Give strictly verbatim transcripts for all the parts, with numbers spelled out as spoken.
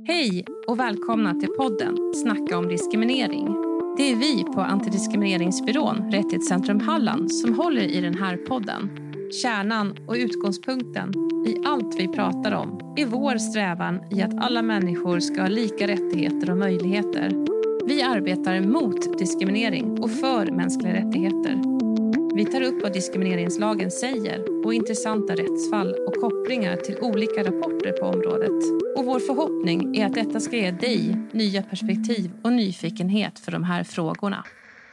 Hej och välkomna till podden Snacka om diskriminering. Det är vi på Antidiskrimineringsbyrån Rättighetscentrum Halland som håller i den här podden. Kärnan och utgångspunkten i allt vi pratar om är vår strävan i att alla människor ska ha lika rättigheter och möjligheter. Vi arbetar mot diskriminering och för mänskliga rättigheter. Vi tar upp vad diskrimineringslagen säger och intressanta rättsfall och kopplingar till olika rapporter på området. Och vår förhoppning är att detta ska ge dig nya perspektiv och nyfikenhet för de här frågorna.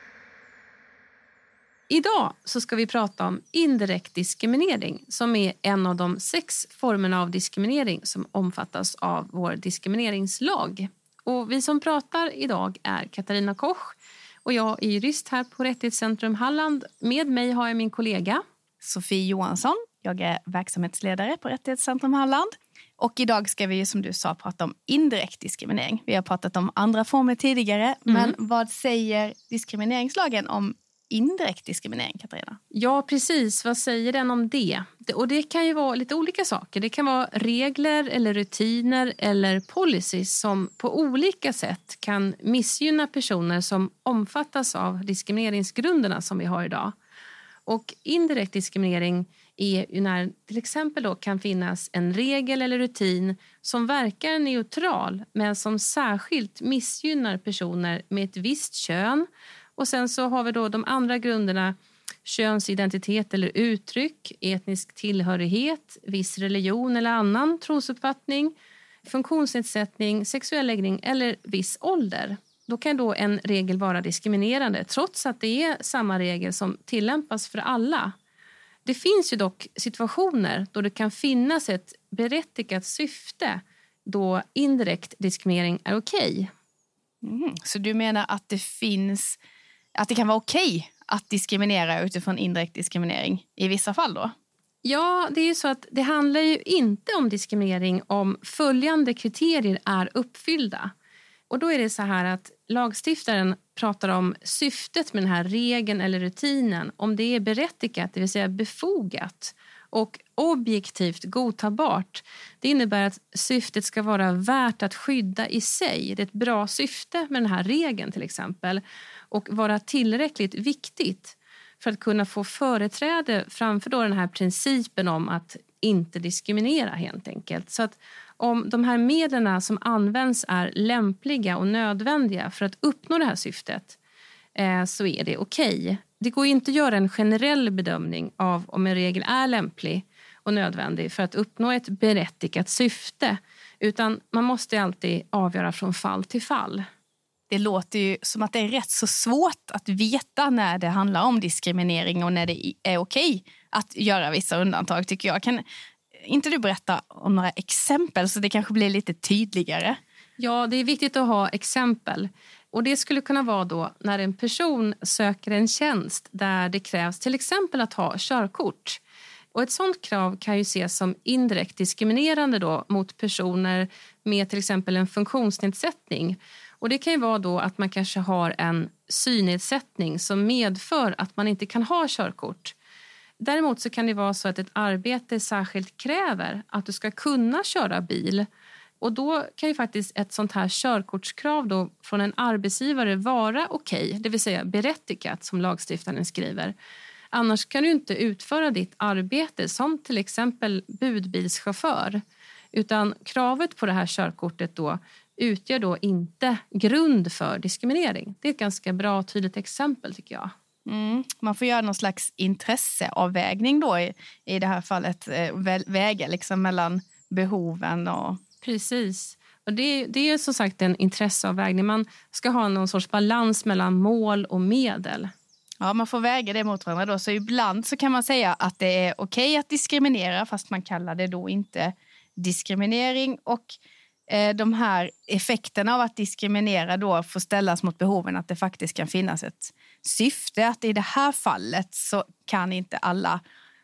Idag så ska vi prata om indirekt diskriminering som är en av de sex formerna av diskriminering som omfattas av vår diskrimineringslag. Och vi som pratar idag är Katarina Koch och jag är jurist här på Rättighetscentrum Halland. Med mig har jag min kollega Sofie Johansson. Jag är verksamhetsledare på Rättighetscentrum Halland. Och idag ska vi, som du sa, prata om indirekt diskriminering. Vi har pratat om andra former tidigare. Mm. Men vad säger diskrimineringslagen om indirekt diskriminering, Katarina? Ja, precis. Vad säger den om det? Och det kan ju vara lite olika saker. Det kan vara regler eller rutiner eller policies som på olika sätt kan missgynna personer som omfattas av diskrimineringsgrunderna som vi har idag. Och indirekt diskriminering är ju när till exempel då kan finnas en regel eller rutin som verkar neutral men som särskilt missgynnar personer med ett visst kön. Och sen så har vi då de andra grunderna: könsidentitet eller uttryck, etnisk tillhörighet, viss religion eller annan trosuppfattning, funktionsnedsättning, sexuell läggning eller viss ålder. Då kan då en regel vara diskriminerande trots att det är samma regel som tillämpas för alla. Det finns ju dock situationer då det kan finnas ett berättigat syfte då indirekt diskriminering är okej. Mm, så du menar att det finns, att det kan vara okej att diskriminera utifrån indirekt diskriminering i vissa fall då? Ja, det är ju så att det handlar ju inte om diskriminering om följande kriterier är uppfyllda. Och då är det så här att lagstiftaren pratar om syftet med den här regeln eller rutinen, om det är berättigat, det vill säga befogat och objektivt godtagbart. Det innebär att syftet ska vara värt att skydda i sig. Det är ett bra syfte med den här regeln till exempel. Och vara tillräckligt viktigt för att kunna få företräde framför då den här principen om att inte diskriminera helt enkelt. Så att om de här medlen som används är lämpliga och nödvändiga för att uppnå det här syftet eh, så är det okej. Det går ju inte att göra en generell bedömning av om en regel är lämplig och nödvändig för att uppnå ett berättigat syfte. Utan man måste alltid avgöra från fall till fall. Det låter ju som att det är rätt så svårt att veta när det handlar om diskriminering och när det är okej att göra vissa undantag, tycker jag. Kan inte du berätta om några exempel så det kanske blir lite tydligare? Ja, det är viktigt att ha exempel. Och det skulle kunna vara då när en person söker en tjänst där det krävs till exempel att ha körkort. Och ett sådant krav kan ju ses som indirekt diskriminerande då mot personer med till exempel en funktionsnedsättning. Och det kan ju vara då att man kanske har en synnedsättning som medför att man inte kan ha körkort. Däremot så kan det vara så att ett arbete särskilt kräver att du ska kunna köra bil. Och då kan ju faktiskt ett sånt här körkortskrav då från en arbetsgivare vara okej, det vill säga berättigat som lagstiftaren skriver. Annars kan du inte utföra ditt arbete som till exempel budbilschaufför. Utan kravet på det här körkortet då utgör då inte grund för diskriminering. Det är ett ganska bra och tydligt exempel tycker jag. Mm. Man får göra någon slags intresseavvägning då i, i det här fallet. Eh, väga liksom mellan behoven och... Precis. Och det, det är som sagt en intresseavvägning. Man ska ha någon sorts balans mellan mål och medel. Ja, man får väga det mot varandra då. Så ibland så kan man säga att det är okej att diskriminera fast man kallar det då inte diskriminering. Och eh, de här effekterna av att diskriminera då får ställas mot behoven att det faktiskt kan finnas ett syfte. Att i det här fallet så kan inte alla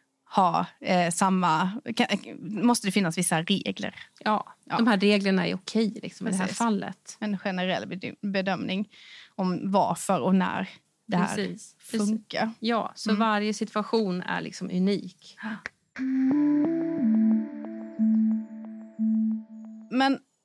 ha eh, samma... Kan, måste det finnas vissa regler. Ja, ja. De här reglerna är okej liksom, i det här fallet. En generell bedömning om varför och när det här Precis. funkar. Precis. Ja, så mm. varje situation är liksom unik. Men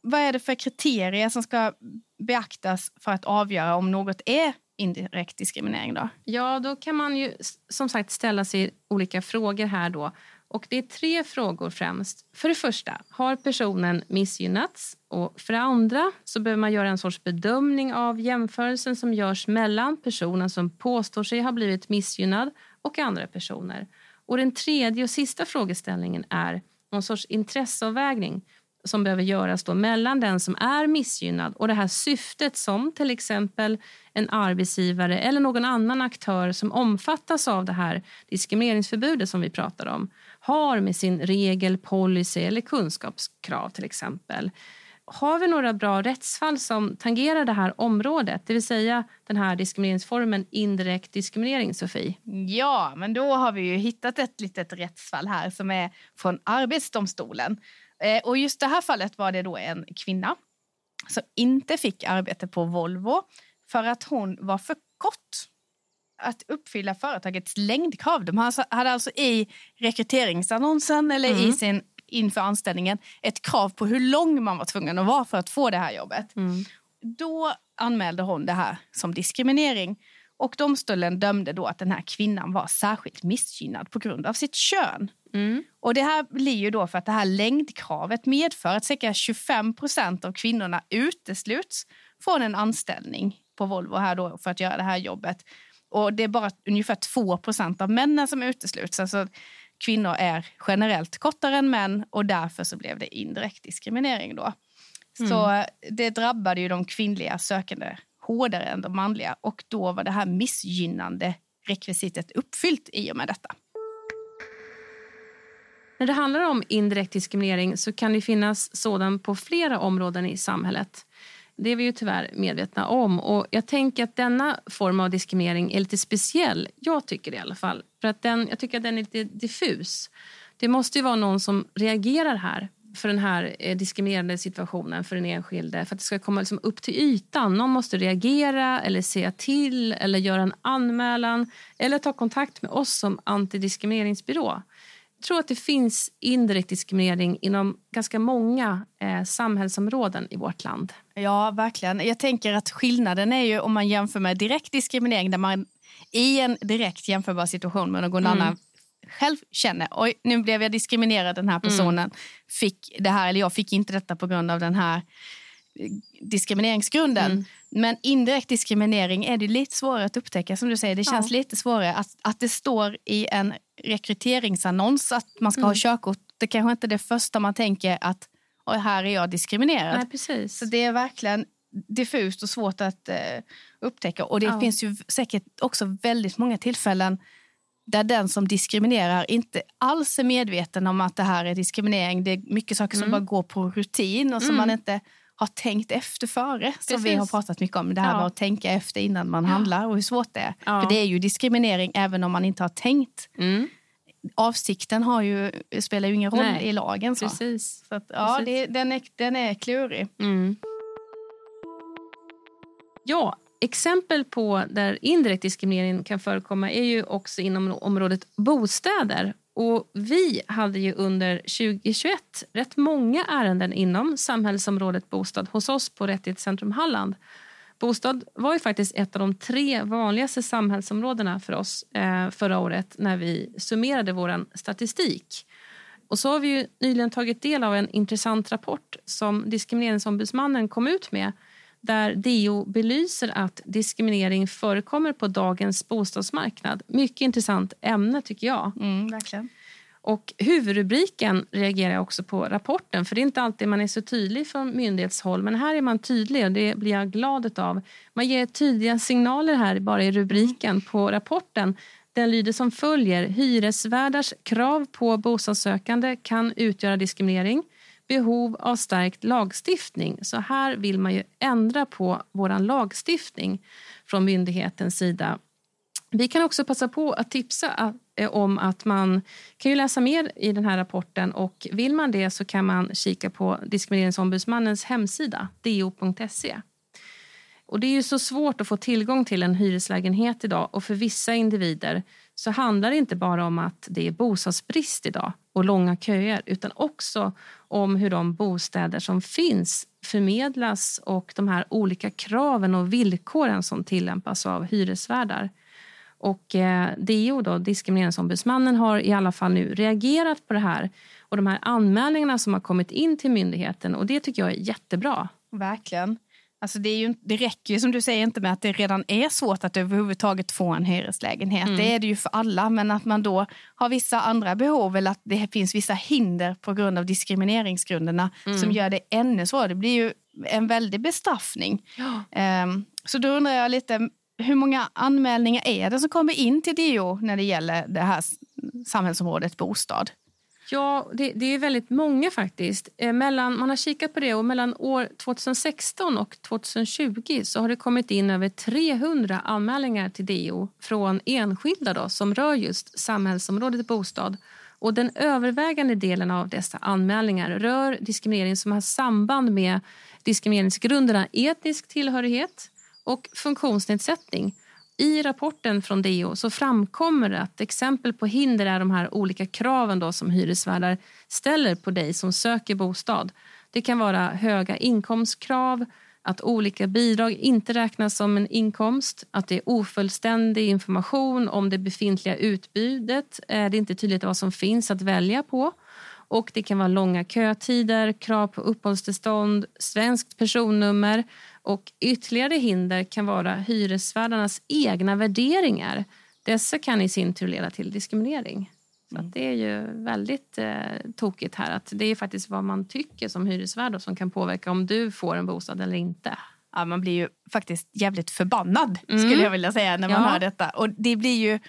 vad är det för kriterier som ska beaktas för att avgöra om något är indirekt diskriminering då? Ja, då kan man ju som sagt ställa sig olika frågor här då. Och det är tre frågor främst. För det första, har personen missgynnats? Och för det andra så behöver man göra en sorts bedömning av jämförelsen som görs mellan personen som påstår sig ha blivit missgynnad och andra personer. Och den tredje och sista frågeställningen är någon sorts intresseavvägning som behöver göras då mellan den som är missgynnad och det här syftet som till exempel en arbetsgivare eller någon annan aktör som omfattas av det här diskrimineringsförbudet som vi pratar om har med sin regel, policy eller kunskapskrav till exempel. Har vi några bra rättsfall som tangerar det här området, det vill säga den här diskrimineringsformen indirekt diskriminering, Sofie? Ja, men då har vi ju hittat ett litet rättsfall här som är från Arbetsdomstolen. Eh, och just det här fallet var det då en kvinna som inte fick arbete på Volvo för att hon var för kort att uppfylla företagets längdkrav. De hade alltså i rekryteringsannonsen eller mm. i sin inför anställningen ett krav på hur lång man var tvungen att vara för att få det här jobbet. Mm. Då anmälde hon det här som diskriminering och domstolen dömde då att den här kvinnan var särskilt missgynnad på grund av sitt kön. Mm. Och det här blir ju då för att det här längdkravet medför att cirka tjugofem procent av kvinnorna utesluts från en anställning på Volvo här då för att göra det här jobbet. Och det är bara ungefär två procent av männen som utesluts. Alltså kvinnor är generellt kortare än män och därför så blev det indirekt diskriminering då. Mm. Så det drabbade ju de kvinnliga sökande hårdare än de manliga och då var det här missgynnande rekvisitet uppfyllt i och med detta. När det handlar om indirekt diskriminering så kan det finnas sådan på flera områden i samhället. Det är vi ju tyvärr medvetna om och jag tänker att denna form av diskriminering är lite speciell. Jag tycker det i alla fall. För att den, jag tycker att den är lite diffus. Det måste ju vara någon som reagerar här för den här eh, diskriminerande situationen för den enskilde. För att det ska komma liksom upp till ytan. Någon måste reagera eller säga till eller göra en anmälan. Eller ta kontakt med oss som antidiskrimineringsbyrå. Jag tror att det finns indirekt diskriminering inom ganska många eh, samhällsområden i vårt land. Ja, verkligen. Jag tänker att skillnaden är ju om man jämför med direkt diskriminering där man i en direkt jämförbar situation med någon mm. annan själv känner, oj, nu blev jag diskriminerad, den här personen mm. fick det här, eller jag fick inte detta på grund av den här diskrimineringsgrunden. Mm. Men indirekt diskriminering är det lite svårare att upptäcka, som du säger. Det känns ja. lite svårare att, att det står i en rekryteringsannons att man ska mm. ha körkort. Det kanske inte är det första man tänker att oj, här är jag diskriminerad. Nej, precis. Så det är verkligen diffust och svårt att uh, upptäcka. Och det ja. finns ju säkert också väldigt många tillfällen där den som diskriminerar inte alls är medveten om att det här är diskriminering. Det är mycket saker som mm. bara går på rutin och som mm. man inte har tänkt efter före. Som Precis. vi har pratat mycket om. Det här ja. med att tänka efter innan man ja. handlar och hur svårt det är. Ja. För det är ju diskriminering även om man inte har tänkt. Mm. Avsikten har ju, spelar ju ingen roll Nej. i lagen. Så, Precis. så att, ja, Precis. Det, den, är, den är klurig. Mm. Ja, exempel på där indirekt diskriminering kan förekomma är ju också inom området bostäder. Och vi hade ju under tjugohundratjugoett rätt många ärenden inom samhällsområdet bostad hos oss på Rättighetscentrum Halland. Bostad var ju faktiskt ett av de tre vanligaste samhällsområdena för oss eh, förra året när vi summerade vår statistik. Och så har vi ju nyligen tagit del av en intressant rapport som Diskrimineringsombudsmannen kom ut med, där D O belyser att diskriminering förekommer på dagens bostadsmarknad. Mycket intressant ämne tycker jag. Mm, verkligen. Och huvudrubriken reagerar jag också på rapporten, för det är inte alltid man är så tydlig från myndighetshåll, men här är man tydlig och det blir jag glad av. Man ger tydliga signaler här bara i rubriken på rapporten. Den lyder som följer: hyresvärdars krav på bostadssökande kan utgöra diskriminering. Behov av stärkt lagstiftning. Så här vill man ju ändra på våran lagstiftning från myndighetens sida. Vi kan också passa på att tipsa om att man kan ju läsa mer i den här rapporten, och vill man det så kan man kika på Diskrimineringsombudsmannens hemsida d o punkt se. Och det är ju så svårt att få tillgång till en hyreslägenhet idag, och för vissa individer så handlar det inte bara om att det är bostadsbrist idag och långa köer, utan också om hur de bostäder som finns förmedlas och de här olika kraven och villkoren som tillämpas av hyresvärdar. Och eh, D O då, Diskrimineringsombudsmannen, har i alla fall nu reagerat på det här och de här anmälningarna som har kommit in till myndigheten, och det tycker jag är jättebra. Verkligen. Alltså det, är ju, det räcker ju som du säger inte med att det redan är svårt att överhuvudtaget få en hyreslägenhet. Mm. Det är det ju för alla, men att man då har vissa andra behov eller att det finns vissa hinder på grund av diskrimineringsgrunderna mm. som gör det ännu svårare. Det blir ju en väldig bestraffning. Ja. Um, så då undrar jag lite, hur många anmälningar är det som kommer in till D O när det gäller det här samhällsområdet bostad? Ja, det, det är väldigt många faktiskt. Eh, mellan, man har kikat på det, och mellan år tjugohundrasexton och tjugohundratjugo så har det kommit in över trehundra anmälningar till D O från enskilda då, som rör just samhällsområdet bostad. Och den övervägande delen av dessa anmälningar rör diskriminering som har samband med diskrimineringsgrunderna etnisk tillhörighet och funktionsnedsättning. I rapporten från D O så framkommer det att exempel på hinder är de här olika kraven då som hyresvärdar ställer på dig som söker bostad. Det kan vara höga inkomstkrav, att olika bidrag inte räknas som en inkomst, att det är ofullständig information om det befintliga utbudet, det är inte tydligt vad som finns att välja på. Och det kan vara långa kötider, krav på uppehållstillstånd, svenskt personnummer, och ytterligare hinder kan vara hyresvärdarnas egna värderingar. Dessa kan i sin tur leda till diskriminering. Så att det är ju väldigt eh, tokigt här, att det är faktiskt vad man tycker som hyresvärd som kan påverka om du får en bostad eller inte. Ja, man blir ju faktiskt jävligt förbannad mm. skulle jag vilja säga när man ja. hör detta. Och det blir ju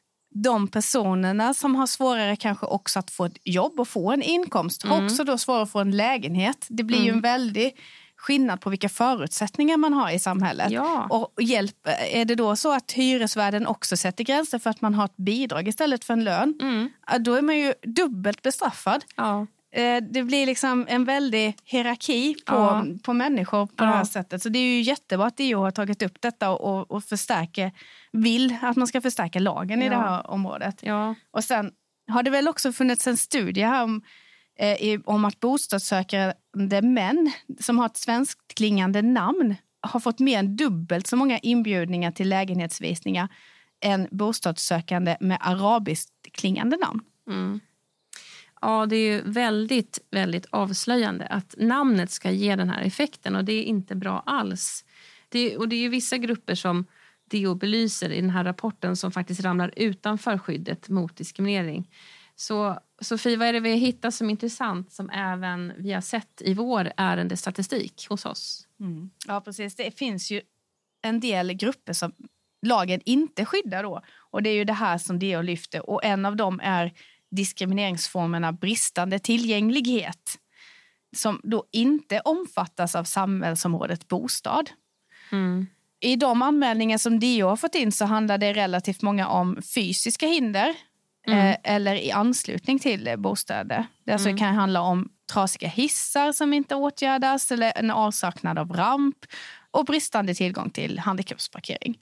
de personerna som har svårare kanske också att få ett jobb och få en inkomst. Mm. Också då svårare att få en lägenhet. Det blir mm. ju en väldig skillnad på vilka förutsättningar man har i samhället. Ja. Och hjälp, är det då så att hyresvärden också sätter gränser för att man har ett bidrag istället för en lön, mm. då är man ju dubbelt bestraffad. Ja. Det blir liksom en väldig hierarki på, ja. på människor på ja. det här sättet. Så det är ju jättebra att D O har tagit upp detta och, och förstärker, vill att man ska förstärka lagen ja. i det här området. Ja. Och sen har det väl också funnits en studie här om eh, om att bostadssökande män som har ett svenskt klingande namn har fått mer än dubbelt så många inbjudningar till lägenhetsvisningar än bostadssökande med arabiskt klingande namn. Mm. Ja, det är ju väldigt, väldigt avslöjande att namnet ska ge den här effekten, och det är inte bra alls. Det, och det är ju vissa grupper som D O belyser i den här rapporten som faktiskt ramlar utanför skyddet mot diskriminering. Så Sofie, vad är det vi hittar som är intressant som även vi har sett i vår ärendestatistik hos oss? Mm. Ja, precis. Det finns ju en del grupper som lagen inte skyddar då. Och det är ju det här som D O lyfter. Och en av dem är diskrimineringsformerna bristande tillgänglighet, som då inte omfattas av samhällsområdet bostad. Mm. I de anmälningar som D O har fått in så handlar det relativt många om fysiska hinder mm. eh, eller i anslutning till bostäder. Det alltså mm. kan handla om trasiga hissar som inte åtgärdas eller en avsaknad av ramp och bristande tillgång till handikappsparkering.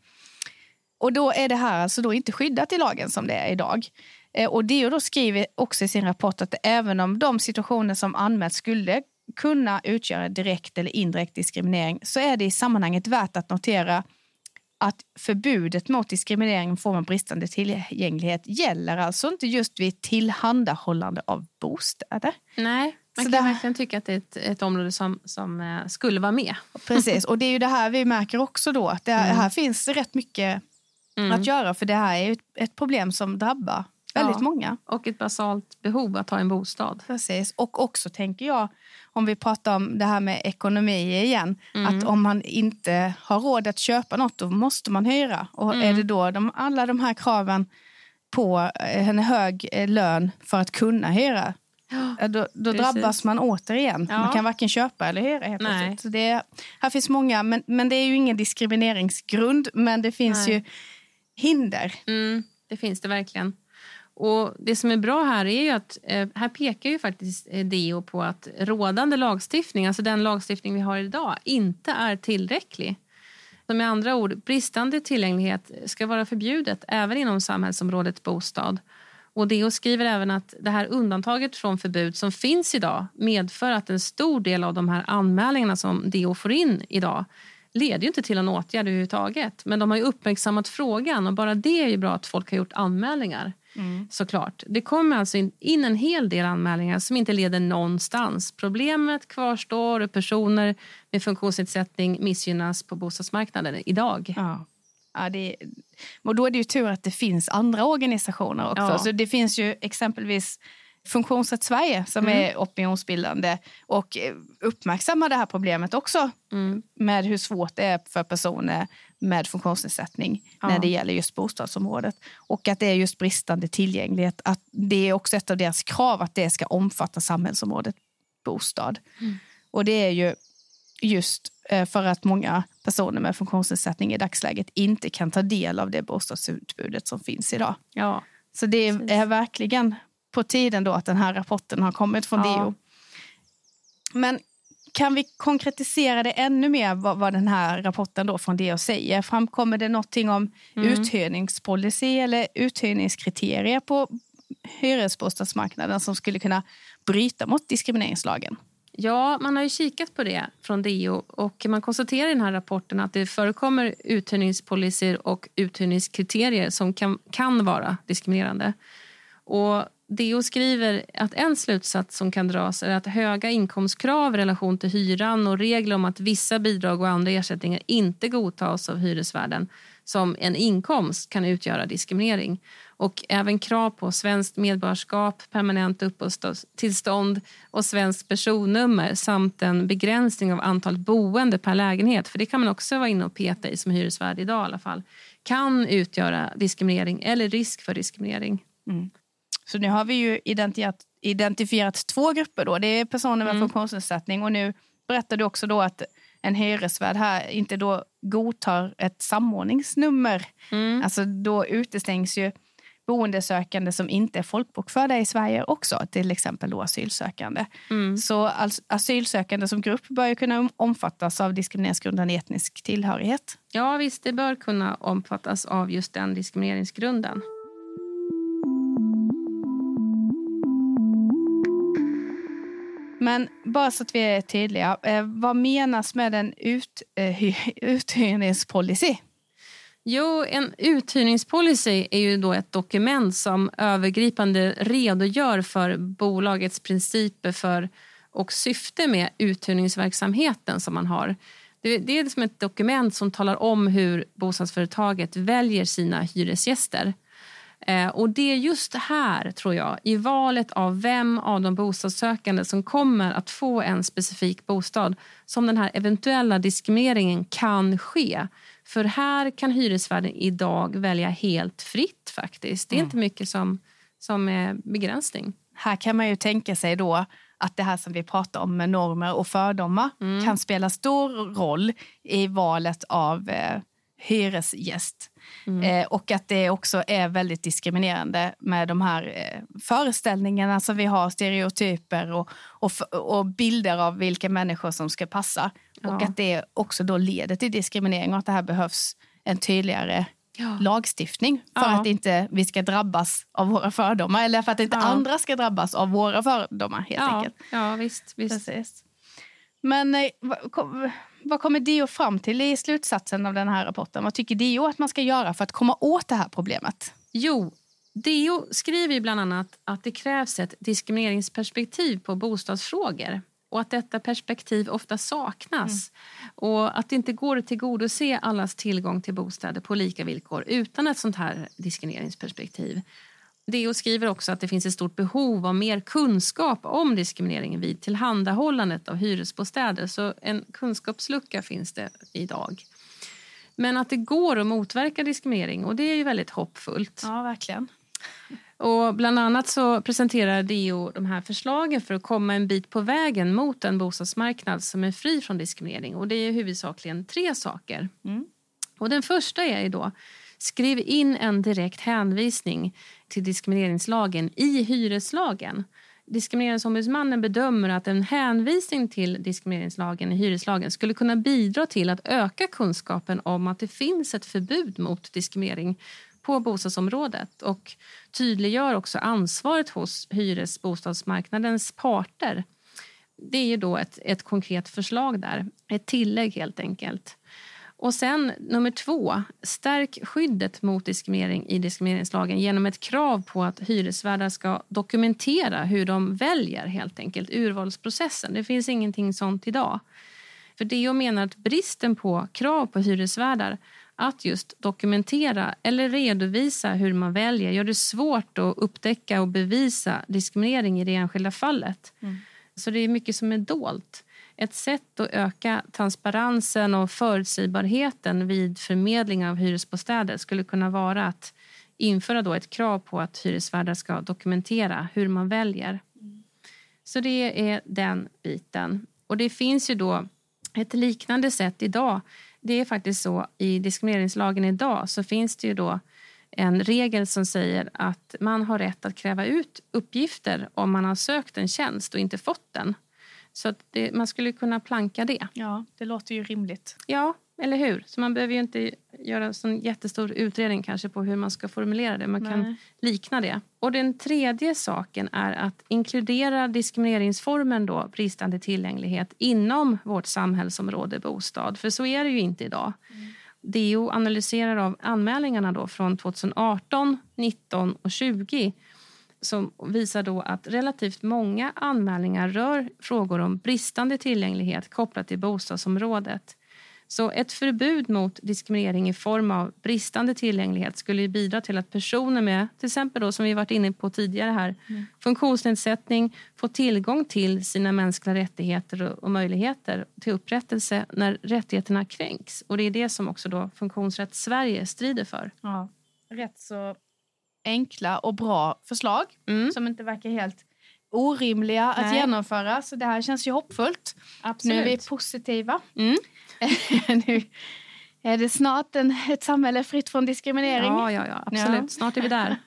Och då är det här alltså då inte skyddat i lagen som det är idag. Och D O då skriver också i sin rapport att även om de situationer som anmäls skulle kunna utgöra direkt eller indirekt diskriminering, så är det i sammanhanget värt att notera att förbudet mot diskriminering i form av bristande tillgänglighet gäller alltså inte just vid tillhandahållande av bostäder. Nej, man så kan där... verkligen tycka att det är ett, ett område som, som skulle vara med. Precis, och det är ju det här vi märker också då, att det här, mm. här finns rätt mycket mm. att göra, för det här är ju ett, ett problem som drabbar väldigt ja, många. Och ett basalt behov att ha en bostad. Precis. Och också tänker jag, om vi pratar om det här med ekonomi igen, mm. att om man inte har råd att köpa något, då måste man hyra. Och mm. är det då de, alla de här kraven på en hög lön för att kunna hyra, ja, då, då drabbas man återigen. Ja. Man kan varken köpa eller hyra helt plötsligt. Så det, här finns många, men, men det är ju ingen diskrimineringsgrund, men det finns Nej. ju hinder. Mm, det finns det verkligen. Och det som är bra här är ju att eh, här pekar ju faktiskt D O på att rådande lagstiftning, alltså den lagstiftning vi har idag, inte är tillräcklig. Så med andra ord, bristande tillgänglighet ska vara förbjudet även inom samhällsområdet bostad. Och D O skriver även att det här undantaget från förbud som finns idag medför att en stor del av de här anmälningarna som D O får in idag leder ju inte till en åtgärd överhuvudtaget. Men de har ju uppmärksammat frågan och bara det är ju bra att folk har gjort anmälningar. Mm. Såklart. Det kommer alltså in en hel del anmälningar som inte leder någonstans. Problemet kvarstår och personer med funktionsnedsättning missgynnas på bostadsmarknaden idag. Ja. Ja, det, och då är det ju tur att det finns andra organisationer också. Ja. Så det finns ju exempelvis Funktionsrätt Sverige som mm. är opinionsbildande och uppmärksammar det här problemet också mm. med hur svårt det är för personer med funktionsnedsättning ja. när det gäller just bostadsområdet. Och att det är just bristande tillgänglighet. Att det är också ett av deras krav att det ska omfatta samhällsområdet bostad. Mm. Och det är ju just för att många personer med funktionsnedsättning i dagsläget inte kan ta del av det bostadsutbudet som finns idag. Ja. Så det är, är verkligen på tiden då att den här rapporten har kommit från ja. D O. Men kan vi konkretisera det ännu mer vad, vad den här rapporten då från D O säger? Framkommer det någonting om mm. uthyrningspolicy eller uthyrningskriterier på hyresbostadsmarknaden som skulle kunna bryta mot diskrimineringslagen? Ja, man har ju kikat på det från D O och man konstaterar i den här rapporten att det förekommer uthyrningspolicyer och uthyrningskriterier som kan, kan vara diskriminerande. Och D O skriver att en slutsats som kan dras är att höga inkomstkrav i relation till hyran och regler om att vissa bidrag och andra ersättningar inte godtas av hyresvärden som en inkomst kan utgöra diskriminering. Och även krav på svenskt medborgarskap, permanent uppehållstillstånd och svenskt personnummer samt en begränsning av antalet boende per lägenhet, för det kan man också vara inne och peta i som hyresvärd idag i alla fall, kan utgöra diskriminering eller risk för diskriminering. Mm. Så nu har vi ju identifierat, identifierat två grupper då. Det är personer med mm. funktionsnedsättning och nu berättar du också då att en hyresvärd här inte då godtar ett samordningsnummer. Mm. Alltså då utestängs ju boendesökande som inte är folkbokförda i Sverige också, till exempel då asylsökande. Mm. Så alltså, asylsökande som grupp bör ju kunna omfattas av diskrimineringsgrunden etnisk tillhörighet. Ja visst, det bör kunna omfattas av just den diskrimineringsgrunden. Men bara så att vi är tydliga, eh, vad menas med en ut, eh, uthyrningspolicy? Jo, en uthyrningspolicy är ju då ett dokument som övergripande redogör för bolagets principer för och syfte med uthyrningsverksamheten som man har. Det, det är liksom ett dokument som talar om hur bostadsföretaget väljer sina hyresgäster. Eh, och det är just här, tror jag, i valet av vem av de bostadssökande som kommer att få en specifik bostad som den här eventuella diskrimineringen kan ske. För här kan hyresvärden idag välja helt fritt faktiskt. Det är mm. inte mycket som, som är begränsning. Här kan man ju tänka sig då att det här som vi pratar om med normer och fördomar mm. kan spela stor roll i valet av eh, hyresgäst. Mm. Eh, och att det också är väldigt diskriminerande med de här eh, föreställningarna som vi har, stereotyper och, och, och bilder av vilka människor som ska passa. Ja. Och att det också då leder till diskriminering och att det här behövs en tydligare ja. lagstiftning för ja. att inte vi ska drabbas av våra fördomar eller för att inte ja. andra ska drabbas av våra fördomar helt ja. enkelt. Ja, visst. visst. Precis. Men eh, vad, vad kommer D O fram till i slutsatsen av den här rapporten? Vad tycker D O att man ska göra för att komma åt det här problemet? Jo, D O skriver ju bland annat att det krävs ett diskrimineringsperspektiv på bostadsfrågor. Och att detta perspektiv ofta saknas. Mm. Och att det inte går att tillgodose allas tillgång till bostäder på lika villkor utan ett sånt här diskrimineringsperspektiv. D O skriver också att det finns ett stort behov av mer kunskap om diskriminering vid tillhandahållandet av hyresbostäder. Så en kunskapslucka finns det idag. Men att det går att motverka diskriminering och det är ju väldigt hoppfullt. Ja, verkligen. Och bland annat så presenterar D O de här förslagen för att komma en bit på vägen mot en bostadsmarknad som är fri från diskriminering. Och det är huvudsakligen tre saker. Mm. Och den första är ju då, skriv in en direkt hänvisning till diskrimineringslagen i hyreslagen. Diskrimineringsombudsmannen bedömer att en hänvisning till diskrimineringslagen i hyreslagen skulle kunna bidra till att öka kunskapen om att det finns ett förbud mot diskriminering på bostadsområdet och tydliggör också ansvaret hos hyresbostadsmarknadens parter. Det är ju då ett, ett konkret förslag där, ett tillägg helt enkelt. Och sen nummer två, stärk skyddet mot diskriminering i diskrimineringslagen genom ett krav på att hyresvärdar ska dokumentera hur de väljer helt enkelt urvalsprocessen. Det finns ingenting sånt idag. För det jag menar att bristen på krav på hyresvärdar att just dokumentera eller redovisa hur man väljer gör det svårt att upptäcka och bevisa diskriminering i det enskilda fallet. Mm. Så det är mycket som är dolt. Ett sätt att öka transparensen och förutsägbarheten vid förmedling av hyresbostäder skulle kunna vara att införa då ett krav på att hyresvärdar ska dokumentera hur man väljer. Mm. Så det är den biten. Och det finns ju då ett liknande sätt idag. Det är faktiskt så i diskrimineringslagen idag så finns det ju då en regel som säger att man har rätt att kräva ut uppgifter om man har sökt en tjänst och inte fått den. Så att det, man skulle kunna planka det. Ja, det låter ju rimligt. Ja, eller hur? Så man behöver ju inte göra en sån jättestor utredning kanske på hur man ska formulera det. Man Nej. kan likna det. Och den tredje saken är att inkludera diskrimineringsformen då, bristande tillgänglighet inom vårt samhällsområde bostad. För så är det ju inte idag. Mm. D O analyserar av anmälningarna då från tjugoarton, nitton och tjugo som visar då att relativt många anmälningar rör frågor om bristande tillgänglighet kopplat till bostadsområdet. Så ett förbud mot diskriminering i form av bristande tillgänglighet skulle bidra till att personer med, till exempel då som vi varit inne på tidigare här, mm. funktionsnedsättning får tillgång till sina mänskliga rättigheter och, och möjligheter till upprättelse när rättigheterna kränks. Och det är det som också då Funktionsrätt Sverige strider för. Ja, rätt så enkla och bra förslag mm. som inte verkar helt orimliga Nej. att genomföra. Så det här känns ju hoppfullt. Absolut. Nu är vi positiva. Mm. Nu är det snart en, ett samhälle fritt från diskriminering. Ja, ja, ja absolut. Ja. Snart är vi där.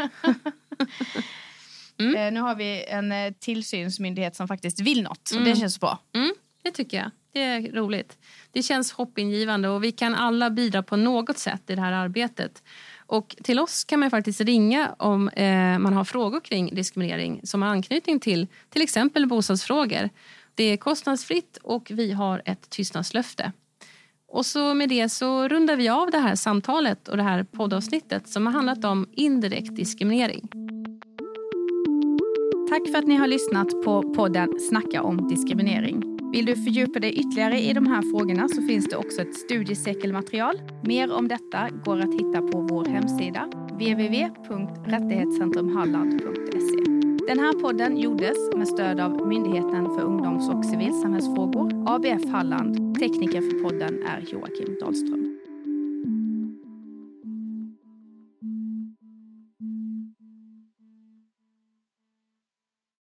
mm. Nu har vi en tillsynsmyndighet som faktiskt vill något. Mm. Och det känns bra. Mm. Det tycker jag. Det är roligt. Det känns hoppingivande och vi kan alla bidra på något sätt i det här arbetet. Och till oss kan man faktiskt ringa om eh, man har frågor kring diskriminering som har anknytning till till exempel bostadsfrågor. Det är kostnadsfritt och vi har ett tystnadslöfte. Och så med det så rundar vi av det här samtalet och det här poddavsnittet som har handlat om indirekt diskriminering. Tack för att ni har lyssnat på podden Snacka om diskriminering. Vill du fördjupa dig ytterligare i de här frågorna så finns det också ett studiecirkelmaterial. Mer om detta går att hitta på vår hemsida w w w punkt rättighetscentrumhalland punkt se. Den här podden gjordes med stöd av Myndigheten för ungdoms- och civilsamhällsfrågor, A B F Halland. Tekniker för podden är Joakim Dahlström.